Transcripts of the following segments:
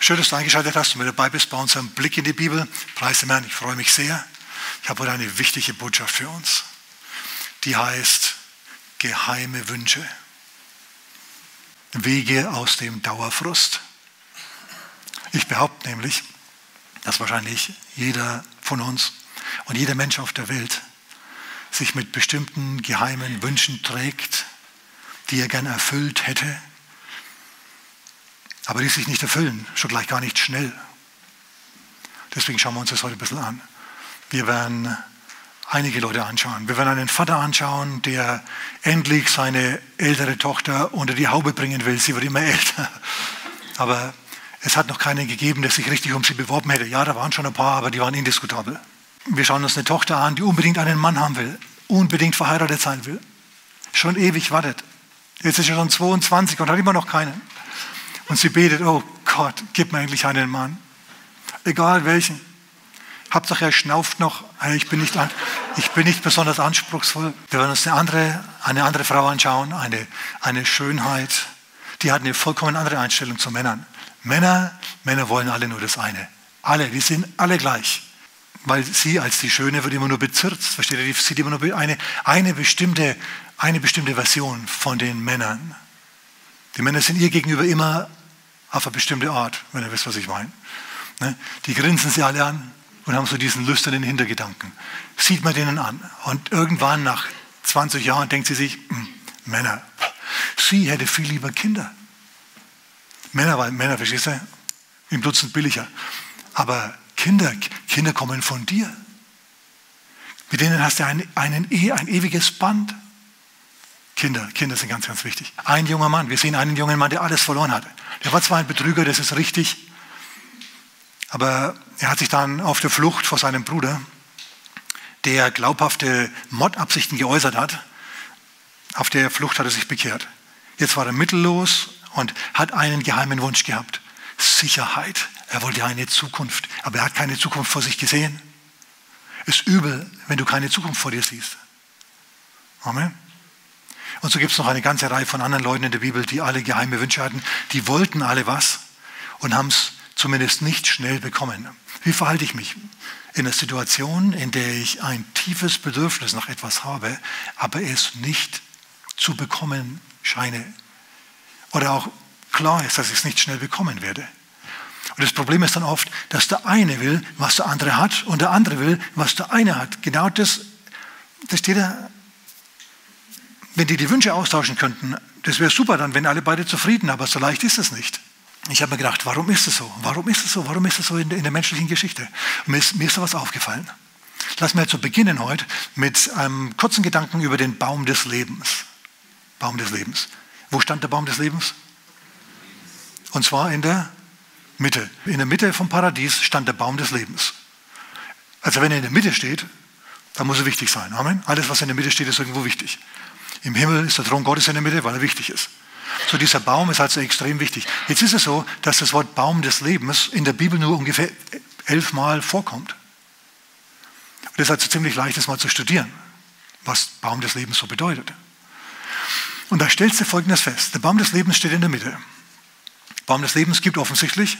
Schön, dass du eingeschaltet hast und mit dabei bist bei unserem Blick in die Bibel. Preis dem Herrn, ich freue mich sehr. Ich habe heute eine wichtige Botschaft für uns. Die heißt geheime Wünsche. Wege aus dem Dauerfrust. Ich behaupte nämlich, dass wahrscheinlich jeder von uns und jeder Mensch auf der Welt sich mit bestimmten geheimen Wünschen trägt, die er gern erfüllt hätte, aber die sich nicht erfüllen, schon gleich gar nicht schnell. Deswegen schauen wir uns das heute ein bisschen an. Wir werden einige Leute anschauen. Wir werden einen Vater anschauen, der endlich seine ältere Tochter unter die Haube bringen will. Sie wird immer älter. Aber es hat noch keinen gegeben, der sich richtig um sie beworben hätte. Ja, da waren schon ein paar, aber die waren indiskutabel. Wir schauen uns eine Tochter an, die unbedingt einen Mann haben will, unbedingt verheiratet sein will, schon ewig wartet. Jetzt ist sie schon 22 und hat immer noch keinen. Und sie betet, oh Gott, gib mir endlich einen Mann. Egal welchen. Hauptsache er schnauft noch. Ich bin nicht besonders anspruchsvoll. Wir werden uns eine andere Frau anschauen, eine Schönheit. Die hat eine vollkommen andere Einstellung zu Männern. Männer wollen alle nur das eine. Alle, die sind alle gleich. Weil sie als die Schöne wird immer nur bezirzt. Versteht ihr? Die sieht immer nur eine bestimmte Version von den Männern. Die Männer sind ihr gegenüber immer auf eine bestimmte Art, wenn ihr wisst, was ich meine. Die grinsen sie alle an und haben so diesen lüsternen Hintergedanken. Sieht man denen an. Und irgendwann nach 20 Jahren denkt sie sich, Männer, sie hätte viel lieber Kinder. Männer, verstehst du, im Dutzend billiger. Aber Kinder kommen von dir. Mit denen hast du ein ewiges Band. Kinder sind ganz, ganz wichtig. Ein junger Mann, wir sehen einen jungen Mann, der alles verloren hatte. Der war zwar ein Betrüger, das ist richtig, aber er hat sich dann auf der Flucht vor seinem Bruder, der glaubhafte Mordabsichten geäußert hat, auf der Flucht hat er sich bekehrt. Jetzt war er mittellos und hat einen geheimen Wunsch gehabt. Sicherheit. Er wollte eine Zukunft, aber er hat keine Zukunft vor sich gesehen. Ist übel, wenn du keine Zukunft vor dir siehst. Amen. Und so gibt es noch eine ganze Reihe von anderen Leuten in der Bibel, die alle geheime Wünsche hatten. Die wollten alle was und haben es zumindest nicht schnell bekommen. Wie verhalte ich mich in einer Situation, in der ich ein tiefes Bedürfnis nach etwas habe, aber es nicht zu bekommen scheine? Oder auch klar ist, dass ich es nicht schnell bekommen werde. Und das Problem ist dann oft, dass der eine will, was der andere hat, und der andere will, was der eine hat. Genau das steht da. Wenn die Wünsche austauschen könnten, das wäre super dann, wenn alle beide zufrieden, aber so leicht ist es nicht. Ich habe mir gedacht, warum ist es so? Warum ist es so? Warum ist es so in der menschlichen Geschichte? Mir ist da was aufgefallen. Lass mir zu beginnen heute mit einem kurzen Gedanken über den Baum des Lebens. Baum des Lebens. Wo stand der Baum des Lebens? Und zwar in der Mitte. In der Mitte vom Paradies stand der Baum des Lebens. Also wenn er in der Mitte steht, dann muss er wichtig sein. Amen. Alles, was in der Mitte steht, ist irgendwo wichtig. Im Himmel ist der Thron Gottes in der Mitte, weil er wichtig ist. So, dieser Baum ist also extrem wichtig. Jetzt ist es so, dass das Wort Baum des Lebens in der Bibel nur ungefähr 11 Mal vorkommt. Und das ist also ziemlich leicht, das mal zu studieren, was Baum des Lebens so bedeutet. Und da stellst du Folgendes fest. Der Baum des Lebens steht in der Mitte. Baum des Lebens gibt offensichtlich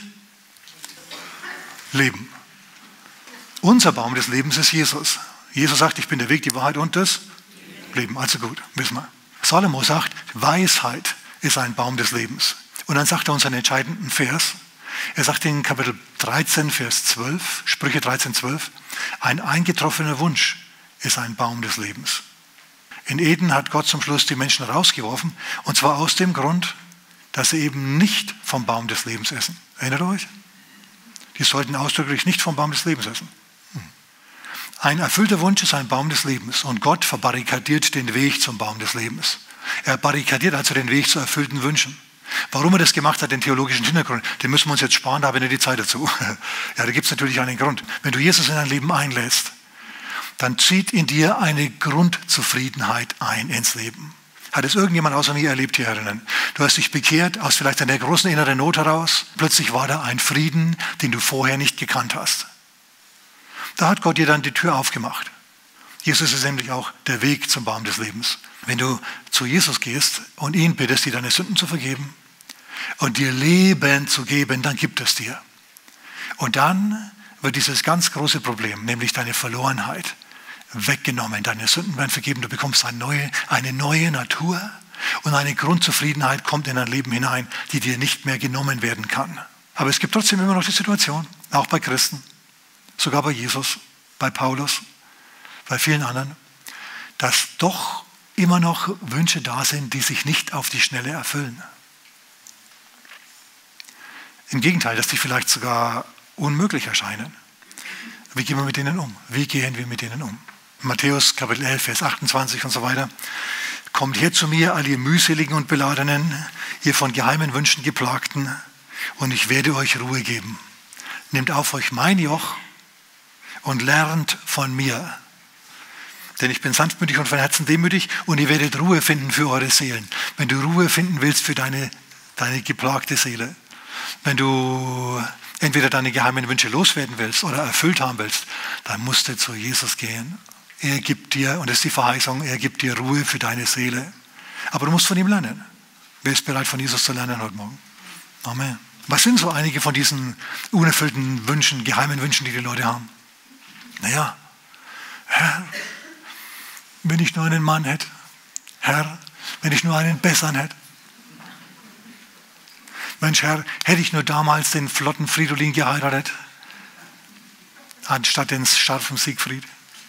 Leben. Unser Baum des Lebens ist Jesus. Jesus sagt, ich bin der Weg, die Wahrheit und das Leben. Also gut, wissen wir. Salomo sagt, Weisheit ist ein Baum des Lebens. Und dann sagt er uns einen entscheidenden Vers. Er sagt in Kapitel 13, Vers 12, Sprüche 13, 12, ein eingetroffener Wunsch ist ein Baum des Lebens. In Eden hat Gott zum Schluss die Menschen rausgeworfen, und zwar aus dem Grund, dass sie eben nicht vom Baum des Lebens essen. Erinnert ihr euch? Die sollten ausdrücklich nicht vom Baum des Lebens essen. Ein erfüllter Wunsch ist ein Baum des Lebens und Gott verbarrikadiert den Weg zum Baum des Lebens. Er barrikadiert also den Weg zu erfüllten Wünschen. Warum er das gemacht hat, den theologischen Hintergrund, den müssen wir uns jetzt sparen, da haben wir nicht die Zeit dazu. Ja, da gibt es natürlich einen Grund. Wenn du Jesus in dein Leben einlässt, dann zieht in dir eine Grundzufriedenheit ein ins Leben. Hat es irgendjemand außer mir erlebt hier herinnen? Du hast dich bekehrt aus vielleicht einer großen inneren Not heraus. Plötzlich war da ein Frieden, den du vorher nicht gekannt hast. Da hat Gott dir dann die Tür aufgemacht. Jesus ist nämlich auch der Weg zum Baum des Lebens. Wenn du zu Jesus gehst und ihn bittest, dir deine Sünden zu vergeben, und dir Leben zu geben, dann gibt es dir. Und dann wird dieses ganz große Problem, nämlich deine Verlorenheit, weggenommen. Deine Sünden werden vergeben. Du bekommst eine neue Natur und eine Grundzufriedenheit kommt in dein Leben hinein, die dir nicht mehr genommen werden kann. Aber es gibt trotzdem immer noch die Situation, auch bei Christen, sogar bei Jesus, bei Paulus, bei vielen anderen, dass doch immer noch Wünsche da sind, die sich nicht auf die Schnelle erfüllen. Im Gegenteil, dass die vielleicht sogar unmöglich erscheinen. Wie gehen wir mit denen um? Wie gehen wir mit denen um? Matthäus Kapitel 11, Vers 28 und so weiter. Kommt her zu mir, all ihr mühseligen und Beladenen, ihr von geheimen Wünschen geplagten, und ich werde euch Ruhe geben. Nehmt auf euch mein Joch und lernt von mir. Denn ich bin sanftmütig und von Herzen demütig und ihr werdet Ruhe finden für eure Seelen. Wenn du Ruhe finden willst für deine geplagte Seele, wenn du entweder deine geheimen Wünsche loswerden willst oder erfüllt haben willst, dann musst du zu Jesus gehen. Er gibt dir, und das ist die Verheißung, er gibt dir Ruhe für deine Seele. Aber du musst von ihm lernen. Wer ist bereit, von Jesus zu lernen heute Morgen? Amen. Was sind so einige von diesen unerfüllten Wünschen, geheimen Wünschen, die die Leute haben? Naja, Herr, wenn ich nur einen Mann hätte. Herr, wenn ich nur einen besseren hätte. Mensch, Herr, hätte ich nur damals den flotten Fridolin geheiratet, anstatt den scharfen Siegfried.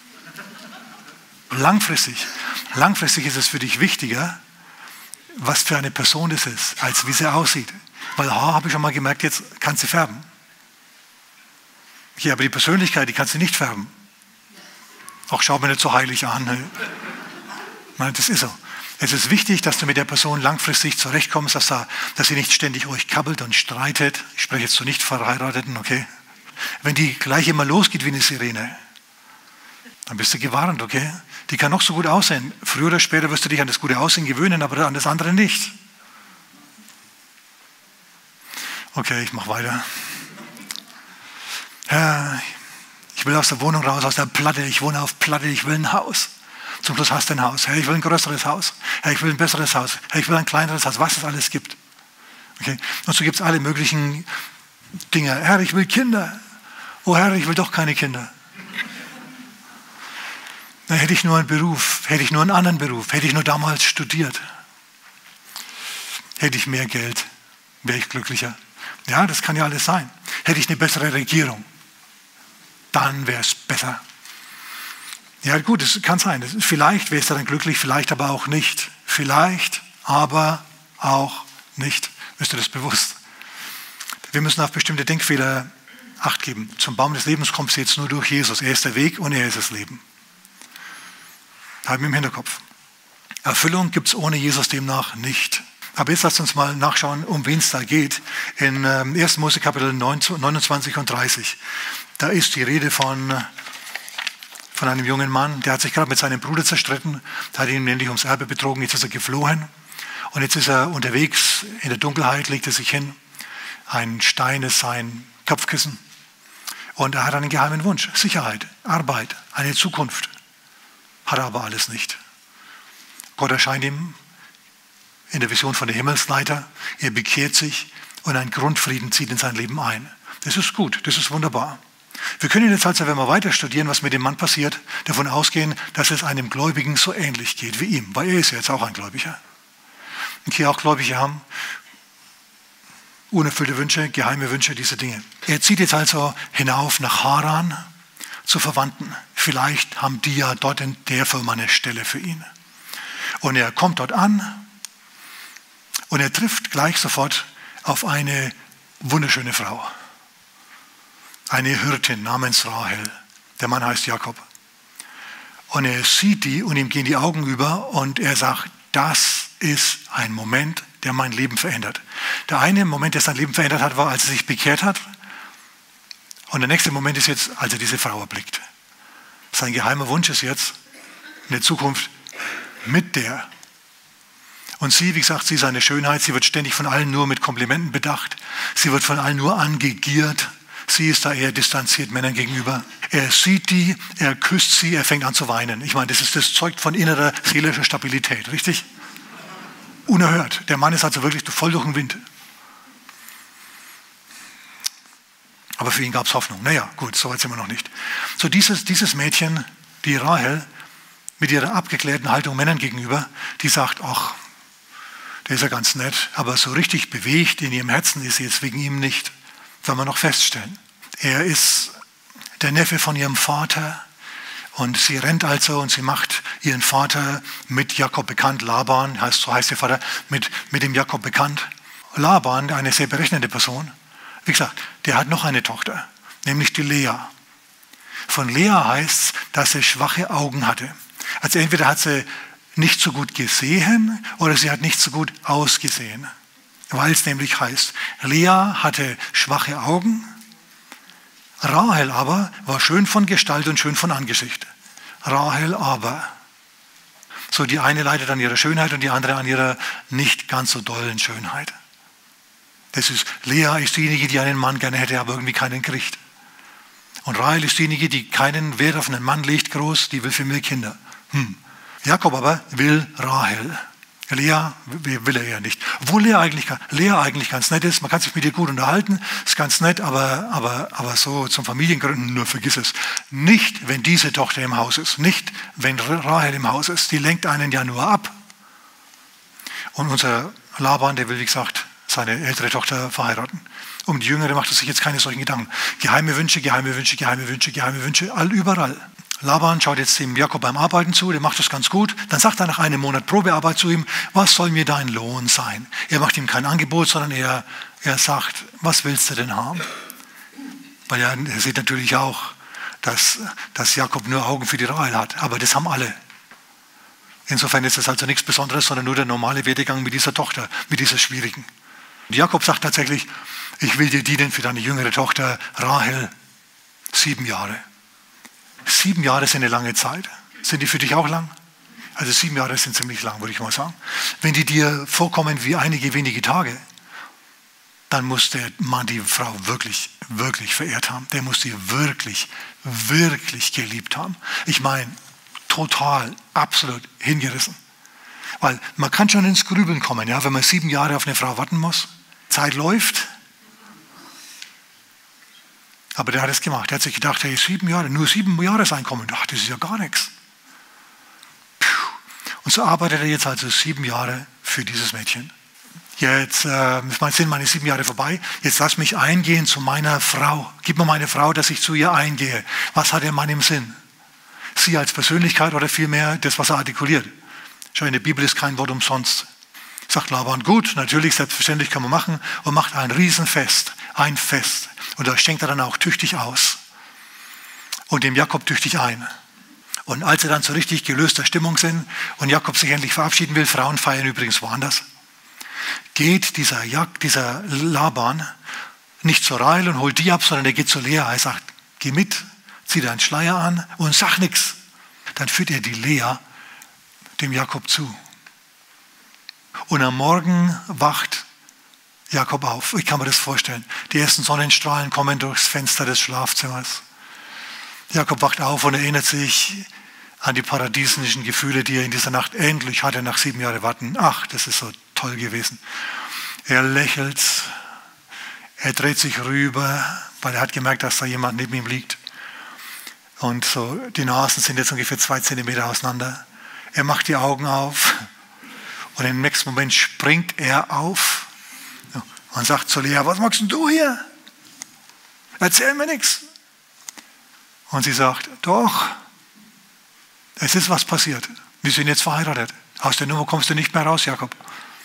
Langfristig ist es für dich wichtiger, was für eine Person das ist, als wie sie aussieht. Weil Haar, habe ich schon mal gemerkt, jetzt kann sie färben. Ja, aber die Persönlichkeit, die kannst du nicht färben. Auch schau mir nicht so heilig an. Nein, das ist so. Es ist wichtig, dass du mit der Person langfristig zurechtkommst, dass sie nicht ständig euch kabbelt und streitet. Ich spreche jetzt zu Nicht-Verheirateten, okay? Wenn die gleich immer losgeht wie eine Sirene, dann bist du gewarnt, okay? Die kann noch so gut aussehen. Früher oder später wirst du dich an das gute Aussehen gewöhnen, aber an das andere nicht. Okay, ich mache weiter. Ja, ich will aus der Wohnung raus, aus der Platte. Ich wohne auf Platte, ich will ein Haus. Zum Schluss hast du ein Haus. Hey, ich will ein größeres Haus. Hey, ich will ein besseres Haus. Hey, ich will ein kleineres Haus. Was es alles gibt. Okay? Und so gibt es alle möglichen Dinge. Herr, ich will Kinder. Oh Herr, ich will doch keine Kinder. Dann hätte ich nur einen Beruf, hätte ich nur einen anderen Beruf, hätte ich nur damals studiert. Hätte ich mehr Geld, wäre ich glücklicher. Ja, das kann ja alles sein. Hätte ich eine bessere Regierung, dann wäre es besser. Ja gut, das kann sein. Vielleicht wärst du dann glücklich, vielleicht aber auch nicht. Vielleicht aber auch nicht. Bist du das bewusst? Wir müssen auf bestimmte Denkfehler Acht geben. Zum Baum des Lebens kommst du jetzt nur durch Jesus. Er ist der Weg und er ist das Leben. Haben wir im Hinterkopf. Erfüllung gibt es ohne Jesus demnach nicht. Aber jetzt lasst uns mal nachschauen, um wen es da geht. In 1. Mose Kapitel 29 und 30. Da ist die Rede von einem jungen Mann, der hat sich gerade mit seinem Bruder zerstritten, der hat ihn nämlich ums Erbe betrogen, jetzt ist er geflohen und jetzt ist er unterwegs, in der Dunkelheit legt er sich hin, ein Stein ist sein Kopfkissen und er hat einen geheimen Wunsch, Sicherheit, Arbeit, eine Zukunft, hat er aber alles nicht. Gott erscheint ihm in der Vision von der Himmelsleiter, er bekehrt sich und ein Grundfrieden zieht in sein Leben ein. Das ist gut, das ist wunderbar. Wir können jetzt also, wenn wir weiter studieren, was mit dem Mann passiert, davon ausgehen, dass es einem Gläubigen so ähnlich geht wie ihm, weil er ist ja jetzt auch ein Gläubiger. Und hier auch Gläubige haben unerfüllte Wünsche, geheime Wünsche, diese Dinge. Er zieht jetzt also hinauf nach Haran zu Verwandten. Vielleicht haben die ja dort in der Firma eine Stelle für ihn. Und er kommt dort an und er trifft gleich sofort auf eine wunderschöne Frau. Eine Hirtin namens Rahel. Der Mann heißt Jakob. Und er sieht die und ihm gehen die Augen über und er sagt, das ist ein Moment, der mein Leben verändert. Der eine Moment, der sein Leben verändert hat, war, als er sich bekehrt hat. Und der nächste Moment ist jetzt, als er diese Frau erblickt. Sein geheimer Wunsch ist jetzt eine Zukunft mit der. Und sie, wie gesagt, sie ist eine Schönheit. Sie wird ständig von allen nur mit Komplimenten bedacht. Sie wird von allen nur angegiert. Sie ist da eher distanziert Männern gegenüber. Er sieht die, er küsst sie, er fängt an zu weinen. Ich meine, das zeugt von innerer seelischer Stabilität, richtig? Unerhört. Der Mann ist also wirklich voll durch den Wind. Aber für ihn gab es Hoffnung. Naja, gut, so weit sind wir noch nicht. So dieses Mädchen, die Rahel, mit ihrer abgeklärten Haltung Männern gegenüber, die sagt, ach, der ist ja ganz nett, aber so richtig bewegt in ihrem Herzen ist sie jetzt wegen ihm nicht. Das werden wir noch feststellen. Er ist der Neffe von ihrem Vater und sie rennt also und sie macht ihren Vater mit Jakob bekannt. Laban, so heißt ihr Vater, mit dem Jakob bekannt. Laban, eine sehr berechnende Person, wie gesagt, der hat noch eine Tochter, nämlich die Lea. Von Lea heißt es, dass sie schwache Augen hatte. Also entweder hat sie nicht so gut gesehen oder sie hat nicht so gut ausgesehen. Weil es nämlich heißt, Lea hatte schwache Augen, Rahel aber war schön von Gestalt und schön von Angesicht. Rahel aber. So, die eine leidet an ihrer Schönheit und die andere an ihrer nicht ganz so dollen Schönheit. Lea ist diejenige, die einen Mann gerne hätte, aber irgendwie keinen kriegt. Und Rahel ist diejenige, die keinen Wert auf einen Mann legt, groß, die will für mehr Kinder. Jakob aber will Rahel. Lea will er ja nicht. Obwohl Lea eigentlich ganz nett ist, man kann sich mit ihr gut unterhalten, ist ganz nett, aber so zum Familiengründen, nur vergiss es. Nicht, wenn diese Tochter im Haus ist, nicht, wenn Rahel im Haus ist, die lenkt einen ja nur ab. Und unser Laban, der will, wie gesagt, seine ältere Tochter verheiraten. Um die Jüngere macht er sich jetzt keine solchen Gedanken. Geheime Wünsche, überall. Laban schaut jetzt dem Jakob beim Arbeiten zu, der macht das ganz gut. Dann sagt er nach einem Monat Probearbeit zu ihm, was soll mir dein Lohn sein? Er macht ihm kein Angebot, sondern er sagt, was willst du denn haben? Weil er sieht natürlich auch, dass Jakob nur Augen für die Rahel hat, aber das haben alle. Insofern ist das also nichts Besonderes, sondern nur der normale Werdegang mit dieser Tochter, mit dieser schwierigen. Und Jakob sagt tatsächlich, ich will dir dienen für deine jüngere Tochter Rahel 7 Jahre. 7 Jahre sind eine lange Zeit. Sind die für dich auch lang? Also 7 Jahre sind ziemlich lang, würde ich mal sagen. Wenn die dir vorkommen wie einige wenige Tage, dann muss der Mann die Frau wirklich, wirklich verehrt haben. Der muss sie wirklich, wirklich geliebt haben. Ich meine, total, absolut hingerissen. Weil man kann schon ins Grübeln kommen, ja, wenn man 7 Jahre auf eine Frau warten muss. Zeit läuft. Aber der hat es gemacht. Er hat sich gedacht, hey, 7 Jahre, nur 7 Jahreseinkommen. Ach, das ist ja gar nichts. Und so arbeitet er jetzt also 7 Jahre für dieses Mädchen. Jetzt sind meine 7 Jahre vorbei. Jetzt lass mich eingehen zu meiner Frau. Gib mir meine Frau, dass ich zu ihr eingehe. Was hat der Mann im Sinn? Sie als Persönlichkeit oder vielmehr das, was er artikuliert? Schau, in der Bibel ist kein Wort umsonst. Sagt Laban, gut, natürlich, selbstverständlich kann man machen und macht ein Riesenfest, ein Fest. Und da schenkt er dann auch tüchtig aus und dem Jakob tüchtig ein. Und als sie dann so richtig gelöster Stimmung sind und Jakob sich endlich verabschieden will, Frauen feiern übrigens woanders, geht dieser Laban nicht zur Rahel und holt die ab, sondern er geht zu Lea. Er sagt, geh mit, zieh deinen Schleier an und sag nichts. Dann führt er die Lea dem Jakob zu. Und am Morgen wacht Jakob auf. Ich kann mir das vorstellen. Die ersten Sonnenstrahlen kommen durchs Fenster des Schlafzimmers. Jakob wacht auf und erinnert sich an die paradiesischen Gefühle, die er in dieser Nacht endlich hatte, nach 7 Jahren Warten. Ach, das ist so toll gewesen. Er lächelt, er dreht sich rüber, weil er hat gemerkt, dass da jemand neben ihm liegt. Und so, die Nasen sind jetzt ungefähr 2 Zentimeter auseinander. Er macht die Augen auf und im nächsten Moment springt er auf und sagt zu Lea, was machst denn du hier? Erzähl mir nichts. Und sie sagt, doch, es ist was passiert. Wir sind jetzt verheiratet. Aus der Nummer kommst du nicht mehr raus, Jakob.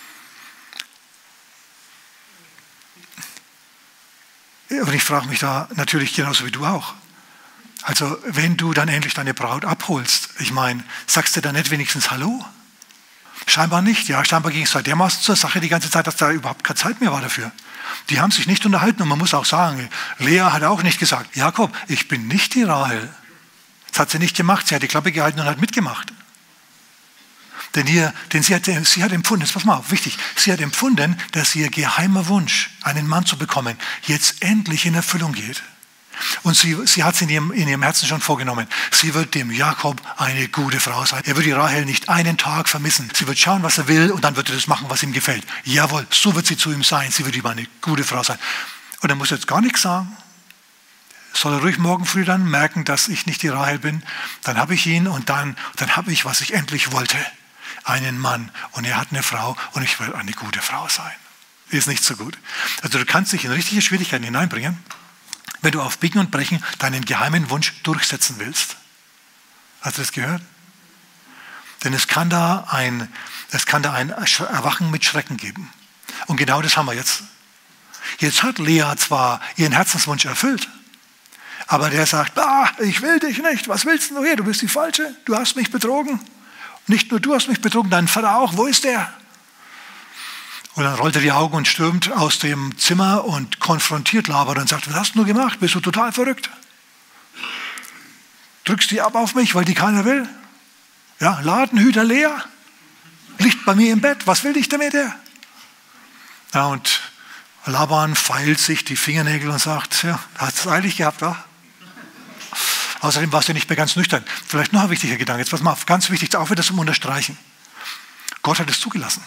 Und ich frage mich da natürlich genauso wie du auch. Also wenn du dann endlich deine Braut abholst, ich meine, sagst du dann nicht wenigstens Hallo? Scheinbar nicht, ja, scheinbar ging es halt dermaßen zur Sache die ganze Zeit, dass da überhaupt keine Zeit mehr war dafür. Die haben sich nicht unterhalten und man muss auch sagen, Lea hat auch nicht gesagt, Jakob, ich bin nicht die Rahel. Das hat sie nicht gemacht, sie hat die Klappe gehalten und hat mitgemacht. Denn sie hat empfunden, jetzt pass mal auf, wichtig, sie hat empfunden, dass ihr geheimer Wunsch, einen Mann zu bekommen, jetzt endlich in Erfüllung geht. Und sie hat es in ihrem Herzen schon vorgenommen. Sie wird dem Jakob eine gute Frau sein. Er wird die Rahel nicht einen Tag vermissen. Sie wird schauen, was er will und dann wird er das machen, was ihm gefällt. Jawohl, so wird sie zu ihm sein. Sie wird ihm eine gute Frau sein. Und er muss jetzt gar nichts sagen. soll er ruhig morgen früh dann merken, dass ich nicht die Rahel bin. Dann habe ich ihn und dann habe ich, was ich endlich wollte. Einen Mann und er hat eine Frau und ich will eine gute Frau sein. Ist nicht so gut. Also du kannst dich in richtige Schwierigkeiten hineinbringen, wenn du auf Biegen und Brechen deinen geheimen Wunsch durchsetzen willst. Hast du das gehört? Denn es kann da ein Erwachen mit Schrecken geben. Und genau das haben wir jetzt. Jetzt hat Lea zwar ihren Herzenswunsch erfüllt, aber der sagt, ich will dich nicht, was willst du hier, du bist die Falsche, du hast mich betrogen. Nicht nur du hast mich betrogen, dein Vater auch, wo ist der? Und dann rollt er die Augen und stürmt aus dem Zimmer und konfrontiert Laban und sagt, was hast du nur gemacht, bist du total verrückt? Drückst die ab auf mich, weil die keiner will? Ja, Ladenhüter Lea, liegt bei mir im Bett, was will dich damit der? Ja, und Laban feilt sich die Fingernägel und sagt, ja, hast du es eilig gehabt, wa? Außerdem warst du nicht mehr ganz nüchtern. Vielleicht noch ein wichtiger Gedanke, jetzt pass mal auf, ganz wichtig, auch wieder zum Unterstreichen. Gott hat es zugelassen.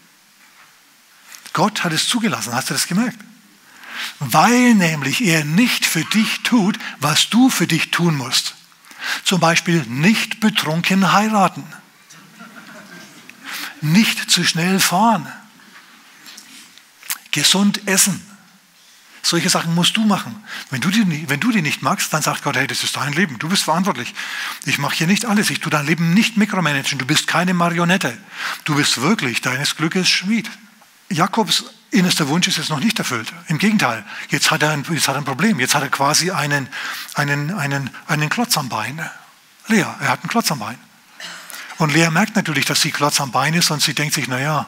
Gott hat es zugelassen, hast du das gemerkt? Weil nämlich er nicht für dich tut, was du für dich tun musst. Zum Beispiel nicht betrunken heiraten. Nicht zu schnell fahren. Gesund essen. Solche Sachen musst du machen. Wenn du die nicht magst, dann sagt Gott, hey, das ist dein Leben, du bist verantwortlich. Ich mache hier nicht alles, ich tue dein Leben nicht mikromanagen, du bist keine Marionette. Du bist wirklich deines Glückes Schmied. Jakobs innerster Wunsch ist jetzt noch nicht erfüllt. Im Gegenteil, jetzt hat er ein Problem. Jetzt hat er quasi einen Klotz am Bein. Lea, er hat einen Klotz am Bein. Und Lea merkt natürlich, dass sie Klotz am Bein ist und sie denkt sich, naja,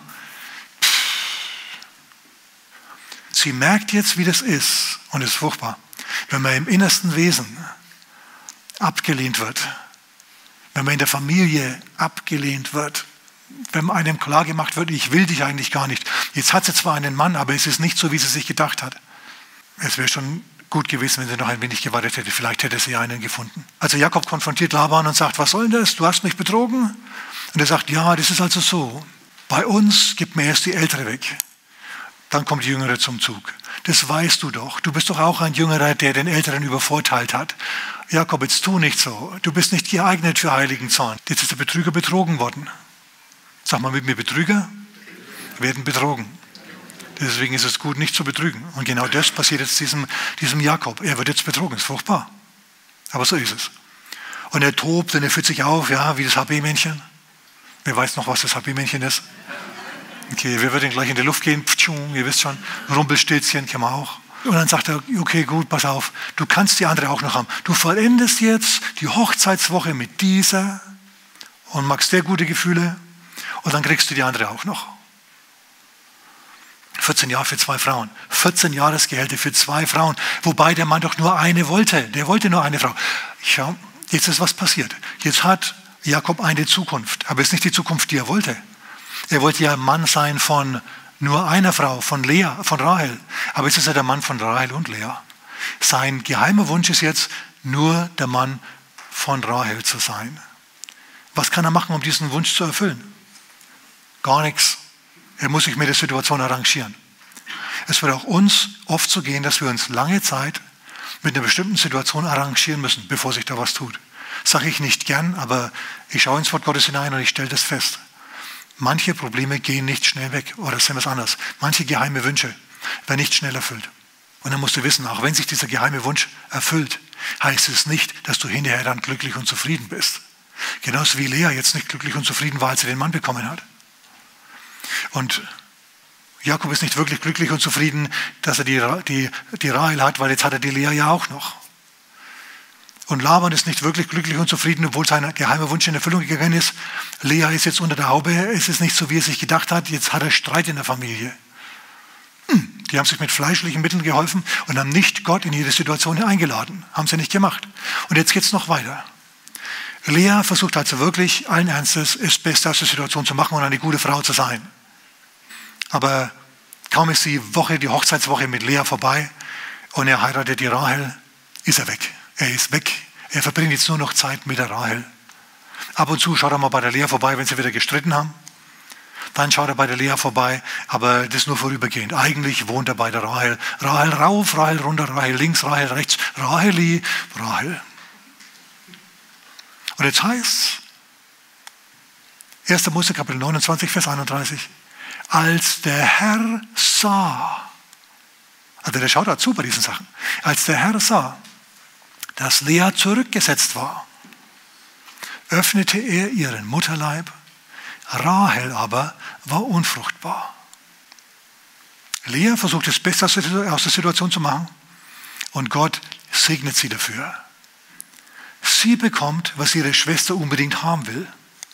sie merkt jetzt, wie das ist und ist furchtbar, wenn man im innersten Wesen abgelehnt wird, wenn man in der Familie abgelehnt wird, wenn einem klar gemacht wird, ich will dich eigentlich gar nicht. Jetzt hat sie zwar einen Mann, aber es ist nicht so, wie sie sich gedacht hat. Es wäre schon gut gewesen, wenn sie noch ein wenig gewartet hätte. Vielleicht hätte sie einen gefunden. Also Jakob konfrontiert Laban und sagt, was soll denn das? Du hast mich betrogen? Und er sagt, ja, das ist also so. Bei uns gibt man erst die Ältere weg. Dann kommt die Jüngere zum Zug. Das weißt du doch. Du bist doch auch ein Jüngerer, der den Älteren übervorteilt hat. Jakob, jetzt tu nicht so. Du bist nicht geeignet für heiligen Zorn. Jetzt ist der Betrüger betrogen worden. Sag mal mit mir, Betrüger werden betrogen. Deswegen ist es gut, nicht zu betrügen. Und genau das passiert jetzt diesem Jakob. Er wird jetzt betrogen, ist furchtbar. Aber so ist es. Und er tobt und er fühlt sich auf, ja, wie das HB-Männchen. Wer weiß noch, was das HB-Männchen ist? Okay, wir würden gleich in die Luft gehen. Pftschung, ihr wisst schon, Rumpelstilzchen kennen wir auch. Und dann sagt er, okay, gut, pass auf, du kannst die andere auch noch haben. Du vollendest jetzt die Hochzeitswoche mit dieser und magst der gute Gefühle. Und dann kriegst du die andere auch noch. 14 Jahre für 2 Frauen. 14 Jahresgehälter für 2 Frauen. Wobei der Mann doch nur eine wollte. Der wollte nur eine Frau. Schau, jetzt ist was passiert. Jetzt hat Jakob eine Zukunft. Aber es ist nicht die Zukunft, die er wollte. Er wollte ja Mann sein von nur einer Frau, von Lea, von Rahel. Aber jetzt ist er der Mann von Rahel und Lea. Sein geheimer Wunsch ist jetzt, nur der Mann von Rahel zu sein. Was kann er machen, um diesen Wunsch zu erfüllen? Gar nichts. Er muss sich mit der Situation arrangieren. Es wird auch uns oft so gehen, dass wir uns lange Zeit mit einer bestimmten Situation arrangieren müssen, bevor sich da was tut. Sage ich nicht gern, aber ich schaue ins Wort Gottes hinein und ich stelle das fest. Manche Probleme gehen nicht schnell weg, oder sehen wir es anders. Manche geheime Wünsche werden nicht schnell erfüllt. Und dann musst du wissen, auch wenn sich dieser geheime Wunsch erfüllt, heißt es nicht, dass du hinterher dann glücklich und zufrieden bist. Genauso wie Lea jetzt nicht glücklich und zufrieden war, als sie den Mann bekommen hat. Und Jakob ist nicht wirklich glücklich und zufrieden, dass er die Rahel hat, weil jetzt hat er die Lea ja auch noch. Und Laban ist nicht wirklich glücklich und zufrieden, obwohl sein geheimer Wunsch in Erfüllung gegangen ist. Lea ist jetzt unter der Haube, es ist nicht so, wie er sich gedacht hat, jetzt hat er Streit in der Familie. Die haben sich mit fleischlichen Mitteln geholfen und haben nicht Gott in jede Situation eingeladen. Haben sie nicht gemacht. Und jetzt geht es noch weiter. Lea versucht also wirklich allen Ernstes, das Beste aus der Situation zu machen und eine gute Frau zu sein. Aber kaum ist die Hochzeitswoche mit Lea vorbei und er heiratet die Rahel, ist er weg. Er ist weg. Er verbringt jetzt nur noch Zeit mit der Rahel. Ab und zu schaut er mal bei der Lea vorbei, wenn sie wieder gestritten haben. Dann schaut er bei der Lea vorbei, aber das ist nur vorübergehend. Eigentlich wohnt er bei der Rahel. Rahel rauf, Rahel runter, Rahel links, Rahel rechts, Raheli, Rahel. Und jetzt heißt 1. Mose Kapitel 29, Vers 31, als der Herr sah, also der schaut dazu bei diesen Sachen, als der Herr sah, dass Lea zurückgesetzt war, öffnete er ihren Mutterleib, Rahel aber war unfruchtbar. Lea versucht das Beste aus der Situation zu machen und Gott segnet sie dafür. Sie bekommt, was ihre Schwester unbedingt haben will.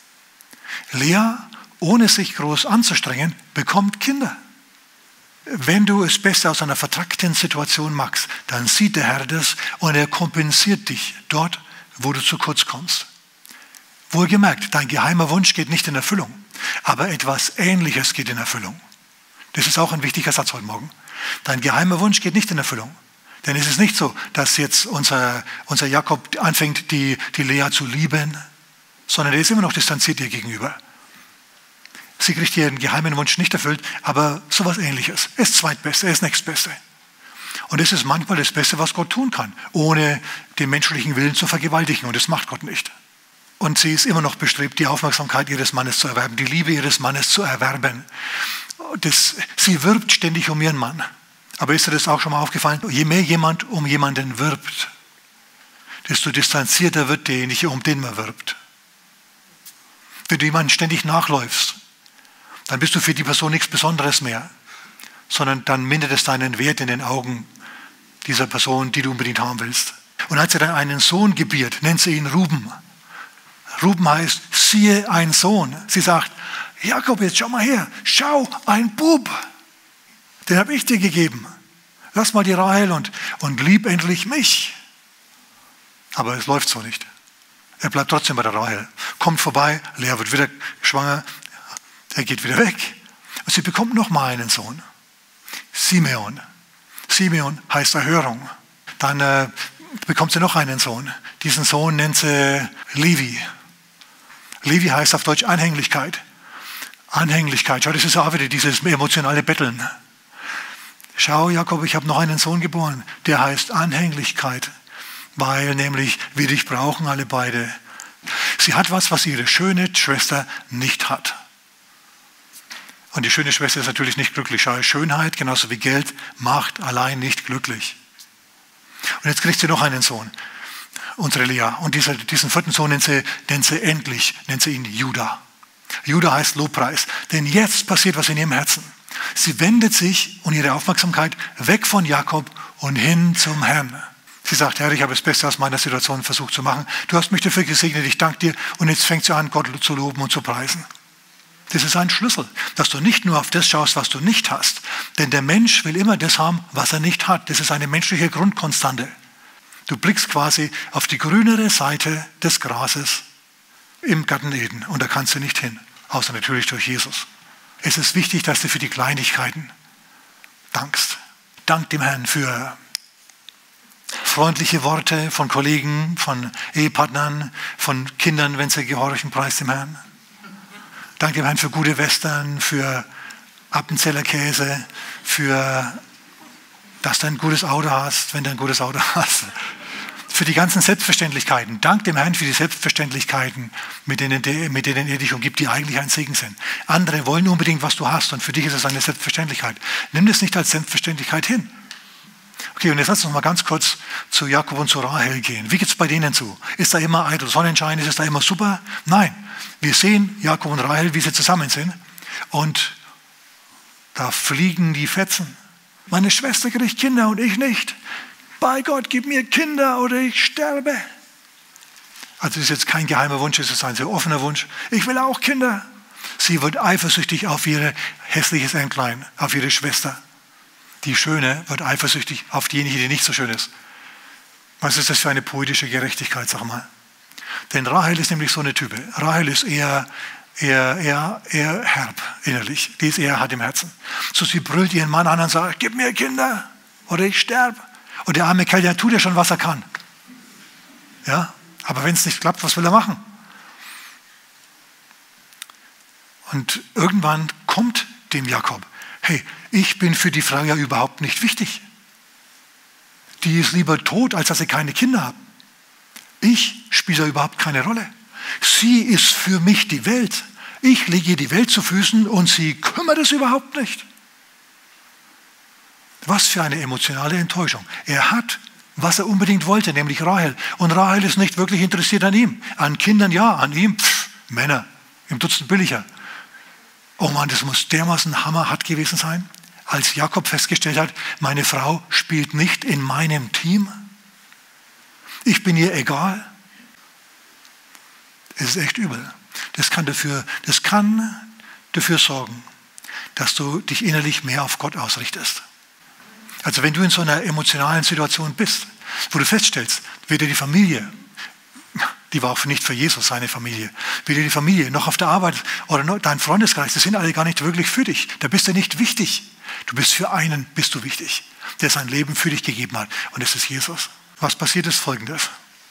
Lea, ohne sich groß anzustrengen, bekommt Kinder. Wenn du das Beste aus einer vertrackten Situation machst, dann sieht der Herr das und er kompensiert dich dort, wo du zu kurz kommst. Wohlgemerkt, dein geheimer Wunsch geht nicht in Erfüllung, aber etwas Ähnliches geht in Erfüllung. Das ist auch ein wichtiger Satz heute Morgen. Dein geheimer Wunsch geht nicht in Erfüllung. Denn es ist nicht so, dass jetzt unser Jakob anfängt, die Lea zu lieben, sondern er ist immer noch distanziert ihr gegenüber. Sie kriegt ihren geheimen Wunsch nicht erfüllt, aber sowas Ähnliches. Er ist Zweitbeste, er ist Nächstbeste. Und das ist manchmal das Beste, was Gott tun kann, ohne den menschlichen Willen zu vergewaltigen. Und das macht Gott nicht. Und sie ist immer noch bestrebt, die Aufmerksamkeit ihres Mannes zu erwerben, die Liebe ihres Mannes zu erwerben. Sie wirbt ständig um ihren Mann. Aber ist dir das auch schon mal aufgefallen? Je mehr jemand um jemanden wirbt, desto distanzierter wird derjenige, um den man wirbt. Wenn du jemanden ständig nachläufst, dann bist du für die Person nichts Besonderes mehr, sondern dann mindert es deinen Wert in den Augen dieser Person, die du unbedingt haben willst. Und als er dann einen Sohn gebiert, nennt sie ihn Ruben. Ruben heißt, siehe ein Sohn. Sie sagt, Jakob, jetzt schau mal her, schau, ein Bub. Den habe ich dir gegeben. Lass mal die Rahel und lieb endlich mich. Aber es läuft so nicht. Er bleibt trotzdem bei der Rahel. Kommt vorbei, Lea wird wieder schwanger. Er geht wieder weg. Und sie bekommt noch mal einen Sohn. Simeon. Simeon heißt Erhörung. Dann bekommt sie noch einen Sohn. Diesen Sohn nennt sie Levi. Levi heißt auf Deutsch Anhänglichkeit. Anhänglichkeit. Schau, das ist auch wieder dieses emotionale Betteln. Schau, Jakob, ich habe noch einen Sohn geboren, der heißt Anhänglichkeit, weil nämlich wir dich brauchen alle beide. Sie hat was ihre schöne Schwester nicht hat. Und die schöne Schwester ist natürlich nicht glücklich. Schau, Schönheit, genauso wie Geld, macht allein nicht glücklich. Und jetzt kriegt sie noch einen Sohn, unsere Lea. Und diesen vierten Sohn nennt sie ihn Judah. Judah heißt Lobpreis. Denn jetzt passiert was in ihrem Herzen. Sie wendet sich und ihre Aufmerksamkeit weg von Jakob und hin zum Herrn. Sie sagt, Herr, ich habe das Beste aus meiner Situation versucht zu machen. Du hast mich dafür gesegnet, ich danke dir. Und jetzt fängt sie an, Gott zu loben und zu preisen. Das ist ein Schlüssel, dass du nicht nur auf das schaust, was du nicht hast. Denn der Mensch will immer das haben, was er nicht hat. Das ist eine menschliche Grundkonstante. Du blickst quasi auf die grünere Seite des Grases im Garten Eden. Und da kannst du nicht hin, außer natürlich durch Jesus. Es ist wichtig, dass du für die Kleinigkeiten dankst. Dank dem Herrn für freundliche Worte von Kollegen, von Ehepartnern, von Kindern, wenn sie gehorchen, preis dem Herrn. Dank dem Herrn für gute Western, für Appenzeller Käse, für dass du ein gutes Auto hast, wenn du ein gutes Auto hast. Für die ganzen Selbstverständlichkeiten. Dank dem Herrn für die Selbstverständlichkeiten, mit denen er dich umgibt, die eigentlich ein Segen sind. Andere wollen unbedingt, was du hast und für dich ist es eine Selbstverständlichkeit. Nimm das nicht als Selbstverständlichkeit hin. Okay, und jetzt lass uns noch mal ganz kurz zu Jakob und zu Rahel gehen. Wie geht es bei denen zu? Ist da immer eitel Sonnenschein? Ist es da immer super? Nein. Wir sehen Jakob und Rahel, wie sie zusammen sind und da fliegen die Fetzen. Meine Schwester kriegt Kinder und ich nicht. Bei Gott, gib mir Kinder oder ich sterbe. Also das ist jetzt kein geheimer Wunsch, es ist ein sehr offener Wunsch. Ich will auch Kinder. Sie wird eifersüchtig auf ihr hässliches Entlein, auf ihre Schwester. Die Schöne wird eifersüchtig auf diejenige, die nicht so schön ist. Was ist das für eine poetische Gerechtigkeit, sag mal. Denn Rahel ist nämlich so eine Type. Rahel ist eher herb innerlich. Die ist eher hart im Herzen. So sie brüllt ihren Mann an und sagt, gib mir Kinder oder ich sterbe. Und der arme Kerl, der tut ja schon, was er kann. Ja? Aber wenn es nicht klappt, was will er machen? Und irgendwann kommt dem Jakob, hey, ich bin für die Frau ja überhaupt nicht wichtig. Die ist lieber tot, als dass sie keine Kinder hat. Ich spiele überhaupt keine Rolle. Sie ist für mich die Welt. Ich lege ihr die Welt zu Füßen und sie kümmert es überhaupt nicht. Was für eine emotionale Enttäuschung. Er hat, was er unbedingt wollte, nämlich Rahel. Und Rahel ist nicht wirklich interessiert an ihm. An Kindern ja, an ihm, Männer, im Dutzend billiger. Oh Mann, das muss dermaßen hammerhart gewesen sein, als Jakob festgestellt hat, meine Frau spielt nicht in meinem Team. Ich bin ihr egal. Es ist echt übel. Das kann dafür sorgen, dass du dich innerlich mehr auf Gott ausrichtest. Also wenn du in so einer emotionalen Situation bist, wo du feststellst, weder die Familie, die war auch nicht für Jesus seine Familie, weder die Familie noch auf der Arbeit oder dein Freundeskreis, das sind alle gar nicht wirklich für dich. Da bist du nicht wichtig. Du bist für einen, bist du wichtig, der sein Leben für dich gegeben hat. Und das ist Jesus. Was passiert ist Folgendes.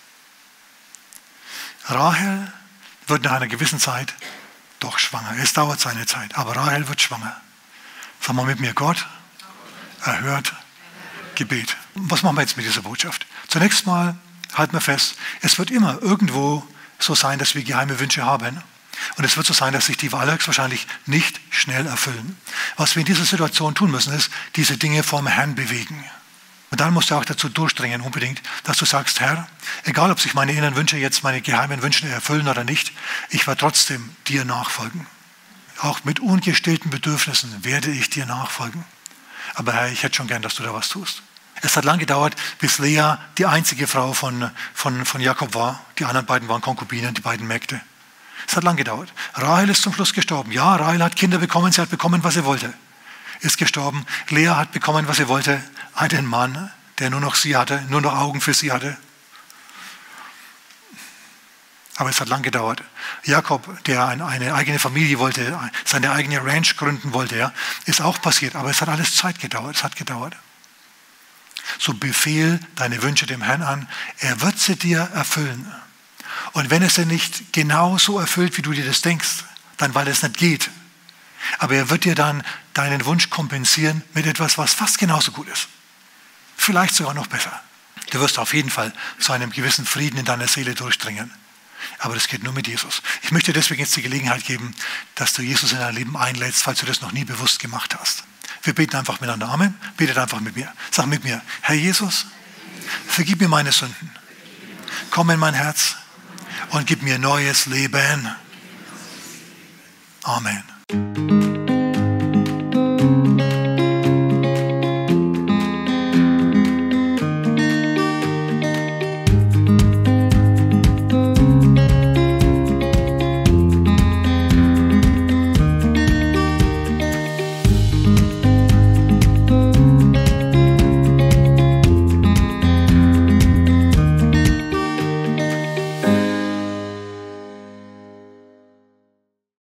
Rahel wird nach einer gewissen Zeit doch schwanger. Es dauert seine Zeit, aber Rahel wird schwanger. Sag mal mit mir, Gott erhört Gebet. Was machen wir jetzt mit dieser Botschaft? Zunächst mal halten wir fest, es wird immer irgendwo so sein, dass wir geheime Wünsche haben. Und es wird so sein, dass sich die allerhöchstwahrscheinlich nicht schnell erfüllen. Was wir in dieser Situation tun müssen, ist, diese Dinge vom Herrn bewegen. Und dann musst du auch dazu durchdringen, unbedingt, dass du sagst, Herr, egal ob sich meine inneren Wünsche jetzt, meine geheimen Wünsche erfüllen oder nicht, ich werde trotzdem dir nachfolgen. Auch mit ungestillten Bedürfnissen werde ich dir nachfolgen. Aber Herr, ich hätte schon gern, dass du da was tust. Es hat lange gedauert, bis Lea die einzige Frau von Jakob war. Die anderen beiden waren Konkubinen, die beiden Mägde. Es hat lange gedauert. Rahel ist zum Schluss gestorben. Ja, Rahel hat Kinder bekommen, sie hat bekommen, was sie wollte. Ist gestorben. Lea hat bekommen, was sie wollte. Einen Mann, der nur noch sie hatte, nur noch Augen für sie hatte. Aber es hat lange gedauert. Jakob, der eine eigene Familie wollte, seine eigene Ranch gründen wollte, ja, ist auch passiert. Aber es hat alles Zeit gedauert. Es hat gedauert. So befehl deine Wünsche dem Herrn an. Er wird sie dir erfüllen. Und wenn es sie nicht genau so erfüllt, wie du dir das denkst, dann weil es nicht geht. Aber er wird dir dann deinen Wunsch kompensieren mit etwas, was fast genauso gut ist. Vielleicht sogar noch besser. Du wirst auf jeden Fall zu einem gewissen Frieden in deiner Seele durchdringen. Aber das geht nur mit Jesus. Ich möchte deswegen jetzt die Gelegenheit geben, dass du Jesus in dein Leben einlädst, falls du das noch nie bewusst gemacht hast. Wir beten einfach miteinander. Amen. Betet einfach mit mir. Sag mit mir, Herr Jesus, vergib mir meine Sünden. Komm in mein Herz und gib mir neues Leben. Amen.